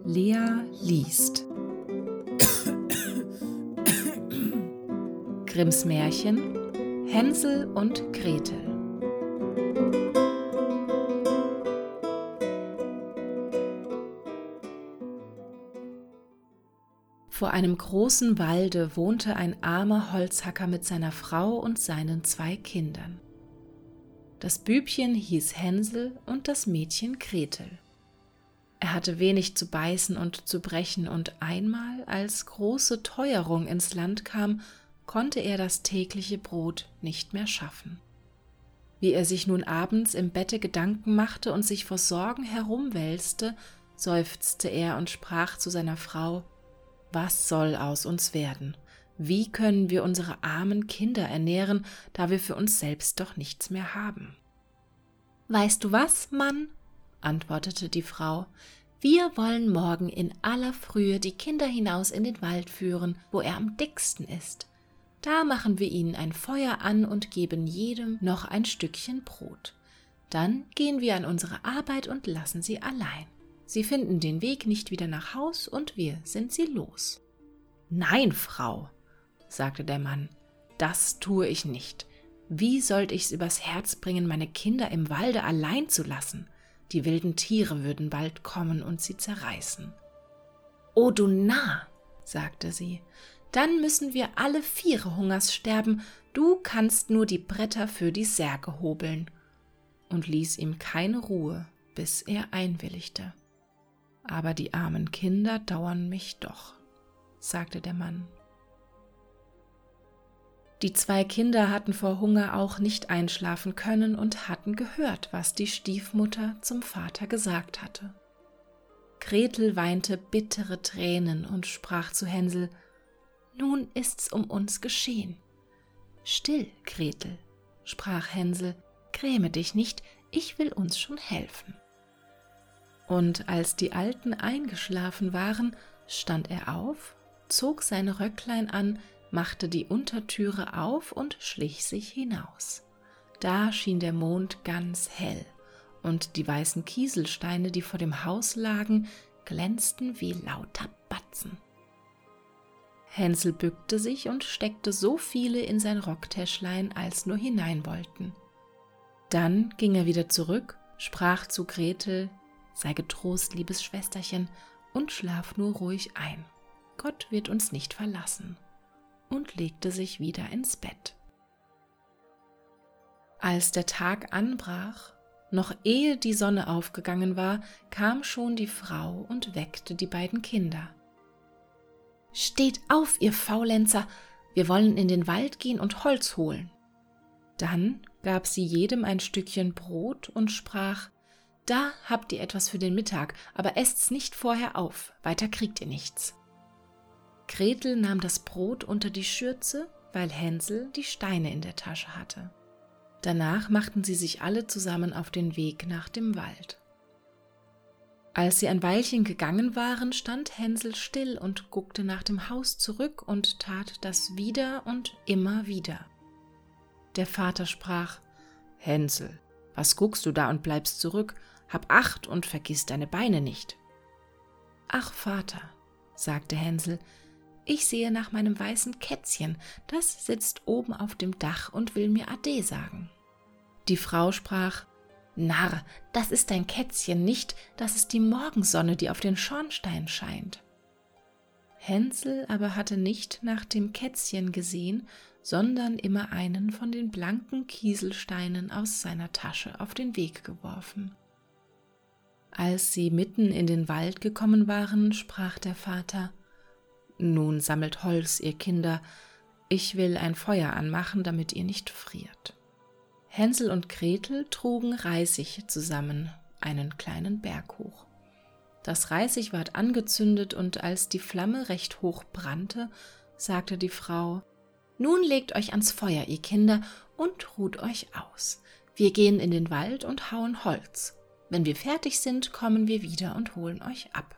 Lea liest Grimms Märchen Hänsel und Gretel. Vor einem großen Walde wohnte ein armer Holzhacker mit seiner Frau und seinen 2 Kindern. Das Bübchen hieß Hänsel und das Mädchen Gretel. Er hatte wenig zu beißen und zu brechen, und einmal, als große Teuerung ins Land kam, konnte er das tägliche Brot nicht mehr schaffen. Wie er sich nun abends im Bette Gedanken machte und sich vor Sorgen herumwälzte, seufzte er und sprach zu seiner Frau: »Was soll aus uns werden? Wie können wir unsere armen Kinder ernähren, da wir für uns selbst doch nichts mehr haben?« »Weißt du was, Mann?«, antwortete die Frau, »wir wollen morgen in aller Frühe die Kinder hinaus in den Wald führen, wo er am dicksten ist. Da machen wir ihnen ein Feuer an und geben jedem noch ein Stückchen Brot. Dann gehen wir an unsere Arbeit und lassen sie allein. Sie finden den Weg nicht wieder nach Haus und wir sind sie los.« »Nein, Frau«, sagte der Mann, »das tue ich nicht. Wie sollte ich's übers Herz bringen, meine Kinder im Walde allein zu lassen? Die wilden Tiere würden bald kommen und sie zerreißen.« »O du Narr«, sagte sie, »dann müssen wir alle 4 Hungers sterben, du kannst nur die Bretter für die Särge hobeln«, und ließ ihm keine Ruhe, bis er einwilligte. »Aber die armen Kinder dauern mich doch«, sagte der Mann. Die 2 Kinder hatten vor Hunger auch nicht einschlafen können und hatten gehört, was die Stiefmutter zum Vater gesagt hatte. Gretel weinte bittere Tränen und sprach zu Hänsel: »Nun ist's um uns geschehen.« »Still, Gretel«, sprach Hänsel, »gräme dich nicht, ich will uns schon helfen.« Und als die Alten eingeschlafen waren, stand er auf, zog seine Röcklein an, machte die Untertüre auf und schlich sich hinaus. Da schien der Mond ganz hell, und die weißen Kieselsteine, die vor dem Haus lagen, glänzten wie lauter Batzen. Hänsel bückte sich und steckte so viele in sein Rocktäschlein, als nur hinein wollten. Dann ging er wieder zurück, sprach zu Gretel: »Sei getrost, liebes Schwesterchen, und schlaf nur ruhig ein. Gott wird uns nicht verlassen«, und legte sich wieder ins Bett. Als der Tag anbrach, noch ehe die Sonne aufgegangen war, kam schon die Frau und weckte die beiden Kinder. »Steht auf, ihr Faulenzer, wir wollen in den Wald gehen und Holz holen.« Dann gab sie jedem ein Stückchen Brot und sprach: »Da habt ihr etwas für den Mittag, aber esst's nicht vorher auf, weiter kriegt ihr nichts.« Gretel nahm das Brot unter die Schürze, weil Hänsel die Steine in der Tasche hatte. Danach machten sie sich alle zusammen auf den Weg nach dem Wald. Als sie ein Weilchen gegangen waren, stand Hänsel still und guckte nach dem Haus zurück und tat das wieder und immer wieder. Der Vater sprach: »Hänsel, was guckst du da und bleibst zurück? Hab Acht und vergiss deine Beine nicht.« »Ach, Vater«, sagte Hänsel, »ich sehe nach meinem weißen Kätzchen, das sitzt oben auf dem Dach und will mir Ade sagen.« Die Frau sprach: »Narr, das ist dein Kätzchen nicht, das ist die Morgensonne, die auf den Schornstein scheint.« Hänsel aber hatte nicht nach dem Kätzchen gesehen, sondern immer einen von den blanken Kieselsteinen aus seiner Tasche auf den Weg geworfen. Als sie mitten in den Wald gekommen waren, sprach der Vater: »Nun sammelt Holz, ihr Kinder, ich will ein Feuer anmachen, damit ihr nicht friert.« Hänsel und Gretel trugen Reisig zusammen, einen kleinen Berg hoch. Das Reisig ward angezündet, und als die Flamme recht hoch brannte, sagte die Frau: »Nun legt euch ans Feuer, ihr Kinder, und ruht euch aus. Wir gehen in den Wald und hauen Holz. Wenn wir fertig sind, kommen wir wieder und holen euch ab.«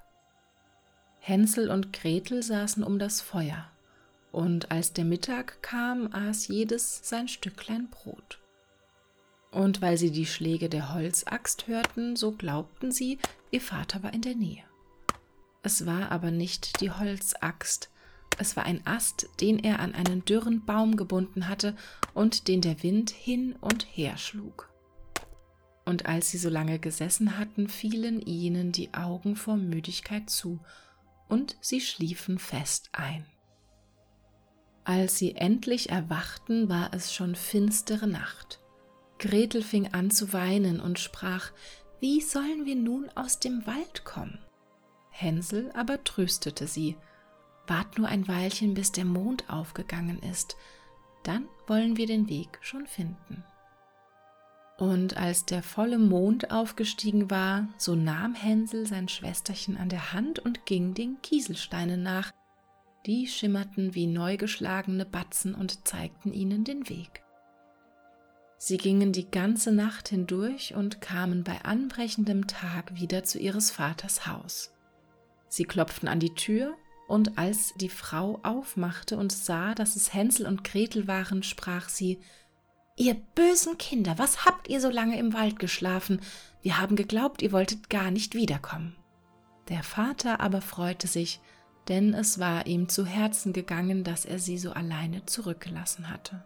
Hänsel und Gretel saßen um das Feuer, und als der Mittag kam, aß jedes sein Stücklein Brot. Und weil sie die Schläge der Holzaxt hörten, so glaubten sie, ihr Vater war in der Nähe. Es war aber nicht die Holzaxt, es war ein Ast, den er an einen dürren Baum gebunden hatte und den der Wind hin und her schlug. Und als sie so lange gesessen hatten, fielen ihnen die Augen vor Müdigkeit zu, und sie schliefen fest ein. Als sie endlich erwachten, war es schon finstere Nacht. Gretel fing an zu weinen und sprach: »Wie sollen wir nun aus dem Wald kommen?« Hänsel aber tröstete sie: »Wart nur ein Weilchen, bis der Mond aufgegangen ist, dann wollen wir den Weg schon finden.« Und als der volle Mond aufgestiegen war, so nahm Hänsel sein Schwesterchen an der Hand und ging den Kieselsteinen nach. Die schimmerten wie neu geschlagene Batzen und zeigten ihnen den Weg. Sie gingen die ganze Nacht hindurch und kamen bei anbrechendem Tag wieder zu ihres Vaters Haus. Sie klopften an die Tür, und als die Frau aufmachte und sah, dass es Hänsel und Gretel waren, sprach sie: »Ihr bösen Kinder, was habt ihr so lange im Wald geschlafen? Wir haben geglaubt, ihr wolltet gar nicht wiederkommen.« Der Vater aber freute sich, denn es war ihm zu Herzen gegangen, dass er sie so alleine zurückgelassen hatte.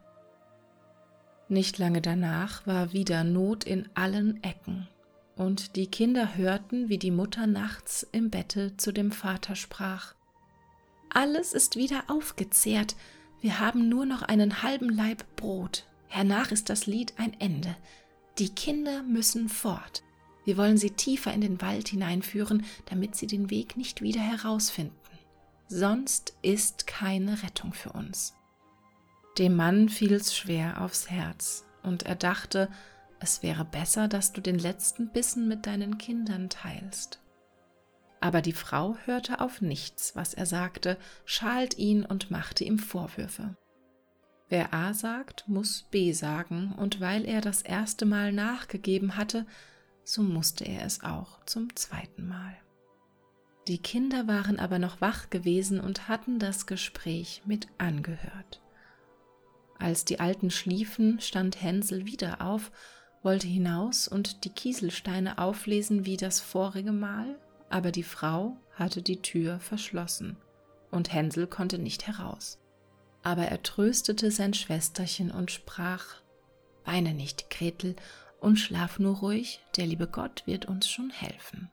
Nicht lange danach war wieder Not in allen Ecken, und die Kinder hörten, wie die Mutter nachts im Bette zu dem Vater sprach: »Alles ist wieder aufgezehrt, wir haben nur noch einen halben Laib Brot, hernach ist das Lied ein Ende. Die Kinder müssen fort. Wir wollen sie tiefer in den Wald hineinführen, damit sie den Weg nicht wieder herausfinden. Sonst ist keine Rettung für uns.« Dem Mann fiel's schwer aufs Herz, und er dachte, es wäre besser, dass du den letzten Bissen mit deinen Kindern teilst. Aber die Frau hörte auf nichts, was er sagte, schalt ihn und machte ihm Vorwürfe. Wer A sagt, muss B sagen, und weil er das erste Mal nachgegeben hatte, so musste er es auch zum zweiten Mal. Die Kinder waren aber noch wach gewesen und hatten das Gespräch mit angehört. Als die Alten schliefen, stand Hänsel wieder auf, wollte hinaus und die Kieselsteine auflesen wie das vorige Mal, aber die Frau hatte die Tür verschlossen, und Hänsel konnte nicht heraus. Aber er tröstete sein Schwesterchen und sprach: »Weine nicht, Gretel, und schlaf nur ruhig, der liebe Gott wird uns schon helfen.«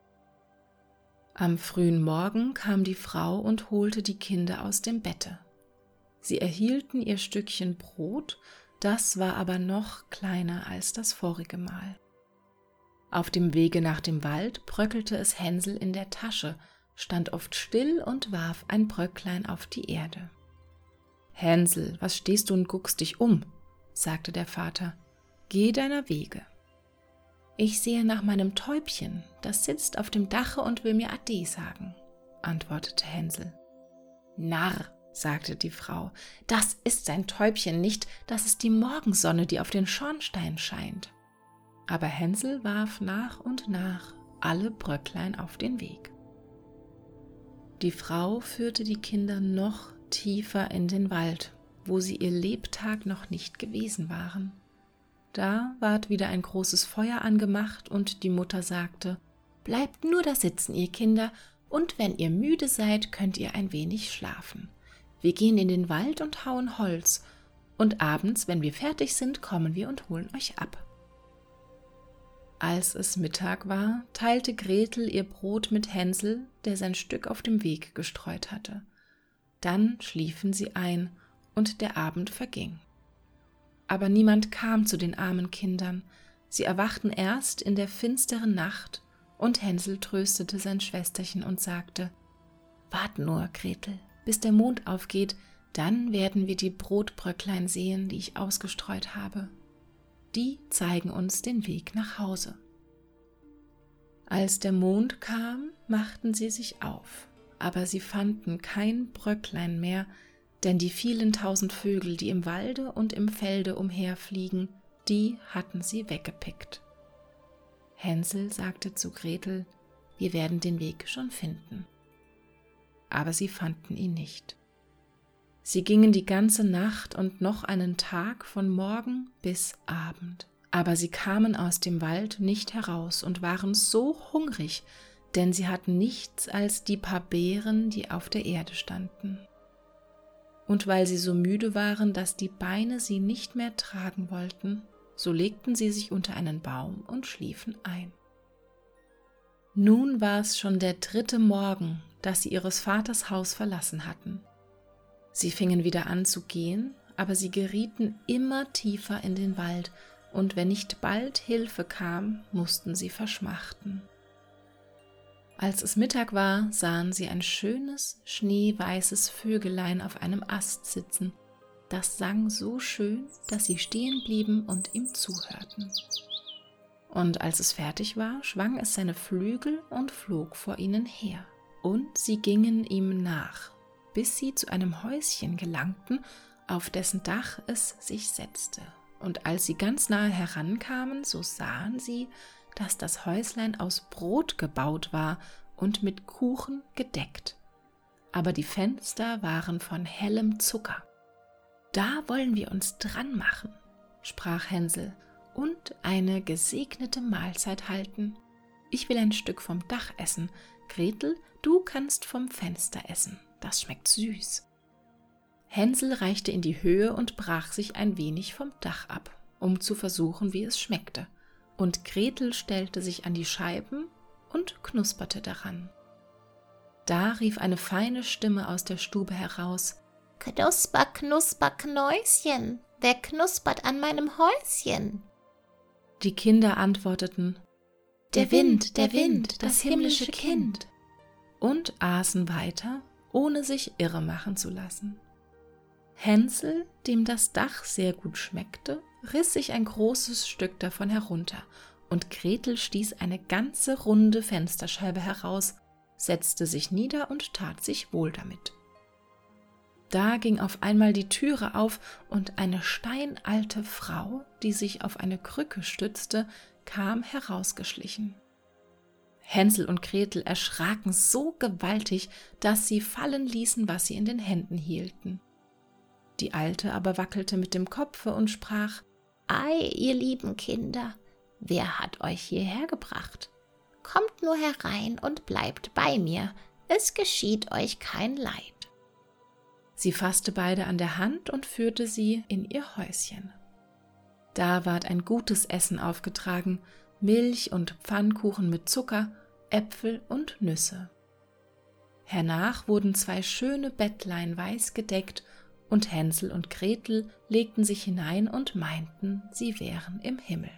Am frühen Morgen kam die Frau und holte die Kinder aus dem Bette. Sie erhielten ihr Stückchen Brot, das war aber noch kleiner als das vorige Mal. Auf dem Wege nach dem Wald bröckelte es Hänsel in der Tasche, stand oft still und warf ein Bröcklein auf die Erde. »Hänsel, was stehst du und guckst dich um?« sagte der Vater. »Geh deiner Wege.« »Ich sehe nach meinem Täubchen, das sitzt auf dem Dache und will mir Ade sagen«, antwortete Hänsel. »Narr«, sagte die Frau, »das ist sein Täubchen nicht, das ist die Morgensonne, die auf den Schornstein scheint.« Aber Hänsel warf nach und nach alle Bröcklein auf den Weg. Die Frau führte die Kinder noch tiefer in den Wald, wo sie ihr Lebtag noch nicht gewesen waren. Da ward wieder ein großes Feuer angemacht und die Mutter sagte: »Bleibt nur da sitzen, ihr Kinder, und wenn ihr müde seid, könnt ihr ein wenig schlafen. Wir gehen in den Wald und hauen Holz, und abends, wenn wir fertig sind, kommen wir und holen euch ab.« Als es Mittag war, teilte Gretel ihr Brot mit Hänsel, der sein Stück auf dem Weg gestreut hatte. Dann schliefen sie ein, und der Abend verging. Aber niemand kam zu den armen Kindern. Sie erwachten erst in der finsteren Nacht, und Hänsel tröstete sein Schwesterchen und sagte: »Wart nur, Gretel, bis der Mond aufgeht, dann werden wir die Brotbröcklein sehen, die ich ausgestreut habe. Die zeigen uns den Weg nach Hause.« Als der Mond kam, machten sie sich auf, aber sie fanden kein Bröcklein mehr, denn die vielen tausend Vögel, die im Walde und im Felde umherfliegen, die hatten sie weggepickt. Hänsel sagte zu Gretel: »Wir werden den Weg schon finden.« Aber sie fanden ihn nicht. Sie gingen die ganze Nacht und noch einen Tag von Morgen bis Abend, aber sie kamen aus dem Wald nicht heraus und waren so hungrig, denn sie hatten nichts als die paar Beeren, die auf der Erde standen. Und weil sie so müde waren, dass die Beine sie nicht mehr tragen wollten, so legten sie sich unter einen Baum und schliefen ein. Nun war es schon der 3. Morgen, dass sie ihres Vaters Haus verlassen hatten. Sie fingen wieder an zu gehen, aber sie gerieten immer tiefer in den Wald, und wenn nicht bald Hilfe kam, mussten sie verschmachten. Als es Mittag war, sahen sie ein schönes, schneeweißes Vögelein auf einem Ast sitzen. Das sang so schön, dass sie stehen blieben und ihm zuhörten. Und als es fertig war, schwang es seine Flügel und flog vor ihnen her. Und sie gingen ihm nach, bis sie zu einem Häuschen gelangten, auf dessen Dach es sich setzte. Und als sie ganz nahe herankamen, so sahen sie, dass das Häuslein aus Brot gebaut war und mit Kuchen gedeckt. Aber die Fenster waren von hellem Zucker. »Da wollen wir uns dran machen«, sprach Hänsel, »und eine gesegnete Mahlzeit halten. Ich will ein Stück vom Dach essen. Gretel, du kannst vom Fenster essen. Das schmeckt süß.« Hänsel reichte in die Höhe und brach sich ein wenig vom Dach ab, um zu versuchen, wie es schmeckte. Und Gretel stellte sich an die Scheiben und knusperte daran. Da rief eine feine Stimme aus der Stube heraus: »Knusper, knusper, Knäuschen, wer knuspert an meinem Häuschen?« Die Kinder antworteten: »Der Wind, das himmlische Kind«, und aßen weiter, ohne sich irre machen zu lassen. Hänsel, dem das Dach sehr gut schmeckte, riss sich ein großes Stück davon herunter, und Gretel stieß eine ganze runde Fensterscheibe heraus, setzte sich nieder und tat sich wohl damit. Da ging auf einmal die Türe auf, und eine steinalte Frau, die sich auf eine Krücke stützte, kam herausgeschlichen. Hänsel und Gretel erschraken so gewaltig, dass sie fallen ließen, was sie in den Händen hielten. Die Alte aber wackelte mit dem Kopfe und sprach: »Ei, ihr lieben Kinder, wer hat euch hierher gebracht? Kommt nur herein und bleibt bei mir, es geschieht euch kein Leid.« Sie fasste beide an der Hand und führte sie in ihr Häuschen. Da ward ein gutes Essen aufgetragen, Milch und Pfannkuchen mit Zucker, Äpfel und Nüsse. Hernach wurden 2 schöne Bettlein weiß gedeckt, und Hänsel und Gretel legten sich hinein und meinten, sie wären im Himmel.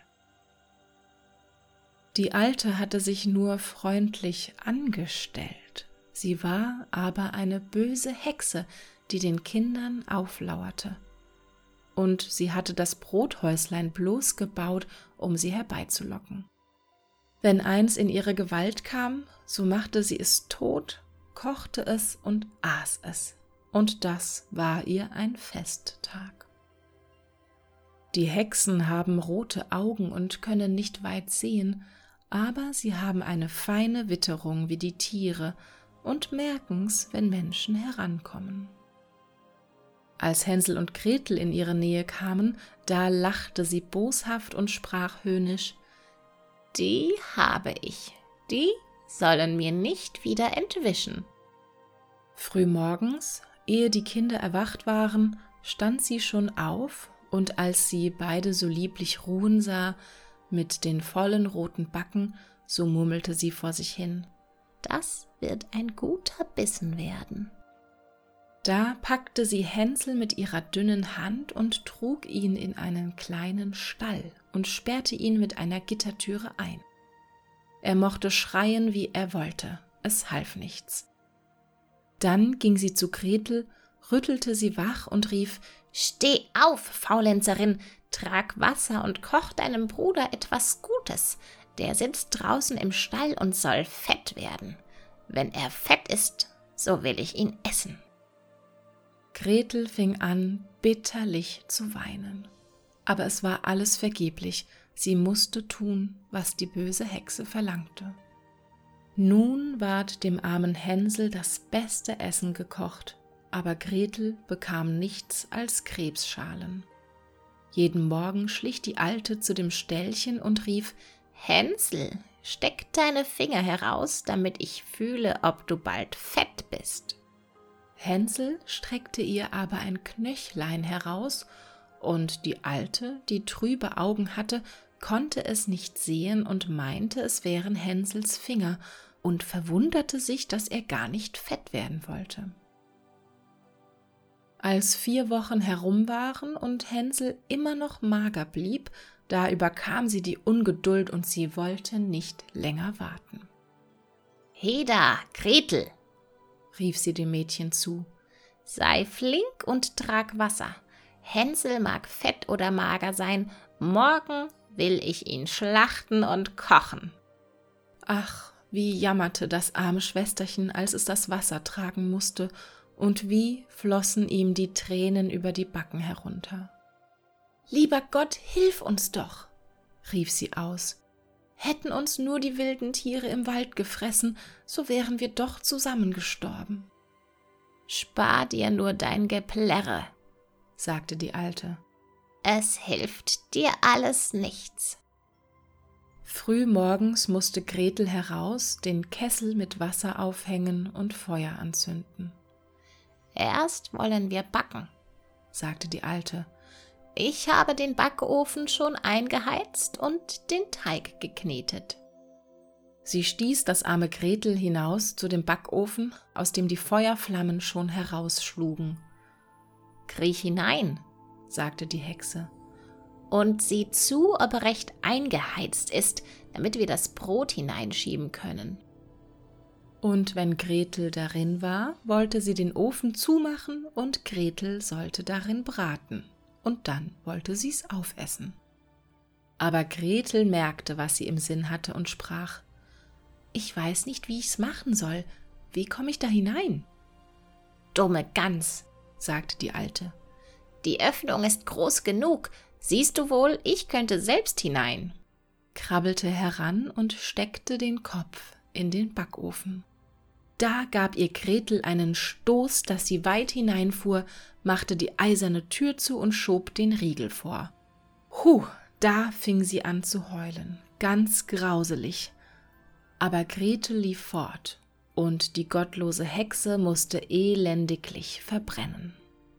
Die Alte hatte sich nur freundlich angestellt, sie war aber eine böse Hexe, die den Kindern auflauerte. Und sie hatte das Brothäuslein bloß gebaut, um sie herbeizulocken. Wenn eins in ihre Gewalt kam, so machte sie es tot, kochte es und aß es. Und das war ihr ein Festtag. Die Hexen haben rote Augen und können nicht weit sehen, aber sie haben eine feine Witterung wie die Tiere und merken's, wenn Menschen herankommen. Als Hänsel und Gretel in ihre Nähe kamen, da lachte sie boshaft und sprach höhnisch: »Die habe ich, die sollen mir nicht wieder entwischen.« Frühmorgens, ehe die Kinder erwacht waren, stand sie schon auf, und als sie beide so lieblich ruhen sah, mit den vollen roten Backen, so murmelte sie vor sich hin: »Das wird ein guter Bissen werden.« Da packte sie Hänsel mit ihrer dünnen Hand und trug ihn in einen kleinen Stall und sperrte ihn mit einer Gittertüre ein. Er mochte schreien, wie er wollte, es half nichts. Dann ging sie zu Gretel, rüttelte sie wach und rief: »Steh auf, Faulenzerin, trag Wasser und koch deinem Bruder etwas Gutes. Der sitzt draußen im Stall und soll fett werden. Wenn er fett ist, so will ich ihn essen.« Gretel fing an, bitterlich zu weinen. Aber es war alles vergeblich, sie musste tun, was die böse Hexe verlangte. Nun ward dem armen Hänsel das beste Essen gekocht, aber Gretel bekam nichts als Krebsschalen. Jeden Morgen schlich die Alte zu dem Ställchen und rief: »Hänsel, Steck deine Finger heraus, damit ich fühle, ob du bald fett bist. Hänsel streckte ihr aber ein Knöchlein heraus, und die Alte, die trübe Augen hatte, konnte es nicht sehen und meinte, es wären Hänsels Finger, und verwunderte sich, dass er gar nicht fett werden wollte. Als 4 Wochen herum waren und Hänsel immer noch mager blieb, da überkam sie die Ungeduld und sie wollte nicht länger warten. »Heda, Gretel«, rief sie dem Mädchen zu, »sei flink und trag Wasser. Hänsel mag fett oder mager sein, morgen will ich ihn schlachten und kochen.« Ach, wie jammerte das arme Schwesterchen, als es das Wasser tragen musste, und wie flossen ihm die Tränen über die Backen herunter. »Lieber Gott, hilf uns doch«, rief sie aus. »Hätten uns nur die wilden Tiere im Wald gefressen, so wären wir doch zusammengestorben.« »Spar dir nur dein Geplärre«, sagte die Alte. »Es hilft dir alles nichts.« Früh morgens musste Gretel heraus, den Kessel mit Wasser aufhängen und Feuer anzünden. »Erst wollen wir backen«, sagte die Alte. »Ich habe den Backofen schon eingeheizt und den Teig geknetet.« Sie stieß das arme Gretel hinaus zu dem Backofen, aus dem die Feuerflammen schon herausschlugen. »Kriech hinein«, sagte die Hexe. »Und sieh zu, ob er recht eingeheizt ist, damit wir das Brot hineinschieben können.« Und wenn Gretel darin war, wollte sie den Ofen zumachen und Gretel sollte darin braten. Und dann wollte sie's aufessen. Aber Gretel merkte, was sie im Sinn hatte und sprach: »Ich weiß nicht, wie ich's machen soll. Wie komme ich da hinein?« »Dumme Gans«, sagte die Alte. »Die Öffnung ist groß genug. Siehst du wohl, ich könnte selbst hinein«, krabbelte heran und steckte den Kopf in den Backofen. Da gab ihr Gretel einen Stoß, dass sie weit hineinfuhr, machte die eiserne Tür zu und schob den Riegel vor. Da fing sie an zu heulen, ganz grauselig. Aber Gretel lief fort, und die gottlose Hexe musste elendiglich verbrennen.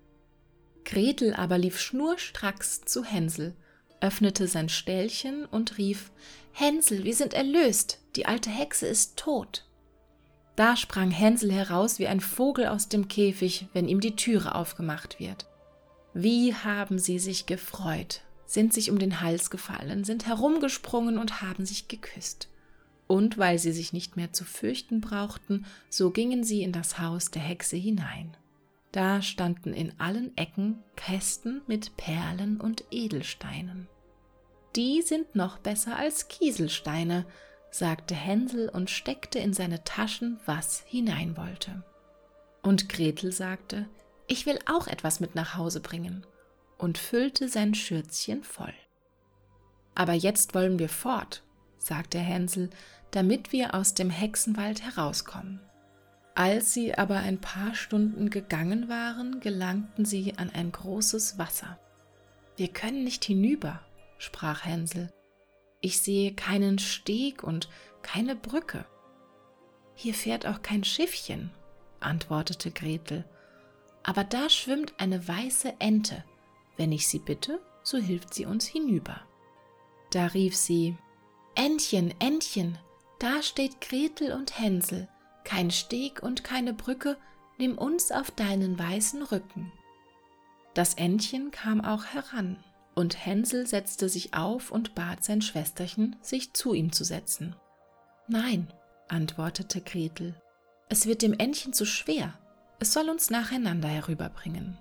Gretel aber lief schnurstracks zu Hänsel, öffnete sein Ställchen und rief: »Hänsel, wir sind erlöst, die alte Hexe ist tot.« Da sprang Hänsel heraus wie ein Vogel aus dem Käfig, wenn ihm die Türe aufgemacht wird. Wie haben sie sich gefreut, sind sich um den Hals gefallen, sind herumgesprungen und haben sich geküsst. Und weil sie sich nicht mehr zu fürchten brauchten, so gingen sie in das Haus der Hexe hinein. Da standen in allen Ecken Kästen mit Perlen und Edelsteinen. »Die sind noch besser als Kieselsteine«, sagte Hänsel und steckte in seine Taschen, was hinein wollte. Und Gretel sagte: »Ich will auch etwas mit nach Hause bringen«, und füllte sein Schürzchen voll. »Aber jetzt wollen wir fort«, sagte Hänsel, »damit wir aus dem Hexenwald herauskommen.« Als sie aber ein paar Stunden gegangen waren, gelangten sie an ein großes Wasser. »Wir können nicht hinüber«, sprach Hänsel. »Ich sehe keinen Steg und keine Brücke.« »Hier fährt auch kein Schiffchen«, antwortete Gretel. »Aber da schwimmt eine weiße Ente. Wenn ich sie bitte, so hilft sie uns hinüber.« Da rief sie: »Entchen, Entchen, da steht Gretel und Hänsel. Kein Steg und keine Brücke, nimm uns auf deinen weißen Rücken.« Das Entchen kam auch heran, und Hänsel setzte sich auf und bat sein Schwesterchen, sich zu ihm zu setzen. »Nein«, antwortete Gretel, »es wird dem Entchen zu schwer, es soll uns nacheinander herüberbringen.«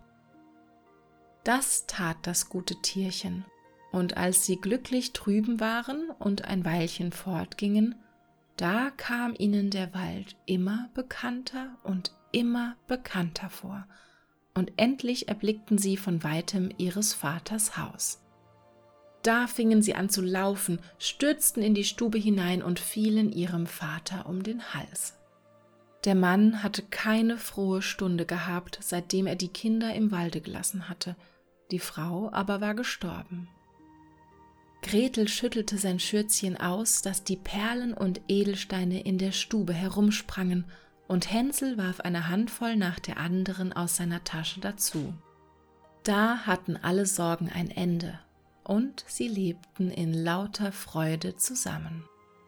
Das tat das gute Tierchen, und als sie glücklich drüben waren und ein Weilchen fortgingen, da kam ihnen der Wald immer bekannter und immer bekannter vor, und endlich erblickten sie von weitem ihres Vaters Haus. Da fingen sie an zu laufen, stürzten in die Stube hinein und fielen ihrem Vater um den Hals. Der Mann hatte keine frohe Stunde gehabt, seitdem er die Kinder im Walde gelassen hatte, die Frau aber war gestorben. Gretel schüttelte sein Schürzchen aus, dass die Perlen und Edelsteine in der Stube herumsprangen, und Hänsel warf eine Handvoll nach der anderen aus seiner Tasche dazu. Da hatten alle Sorgen ein Ende, und sie lebten in lauter Freude zusammen.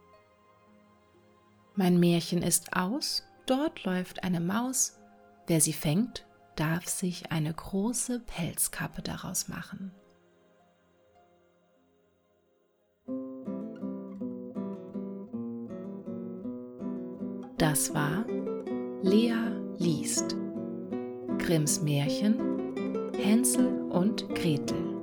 Mein Märchen ist aus, dort läuft eine Maus, wer sie fängt, darf sich eine große Pelzkappe daraus machen. Das war Lea liest. Grimms Märchen Hänsel und Gretel.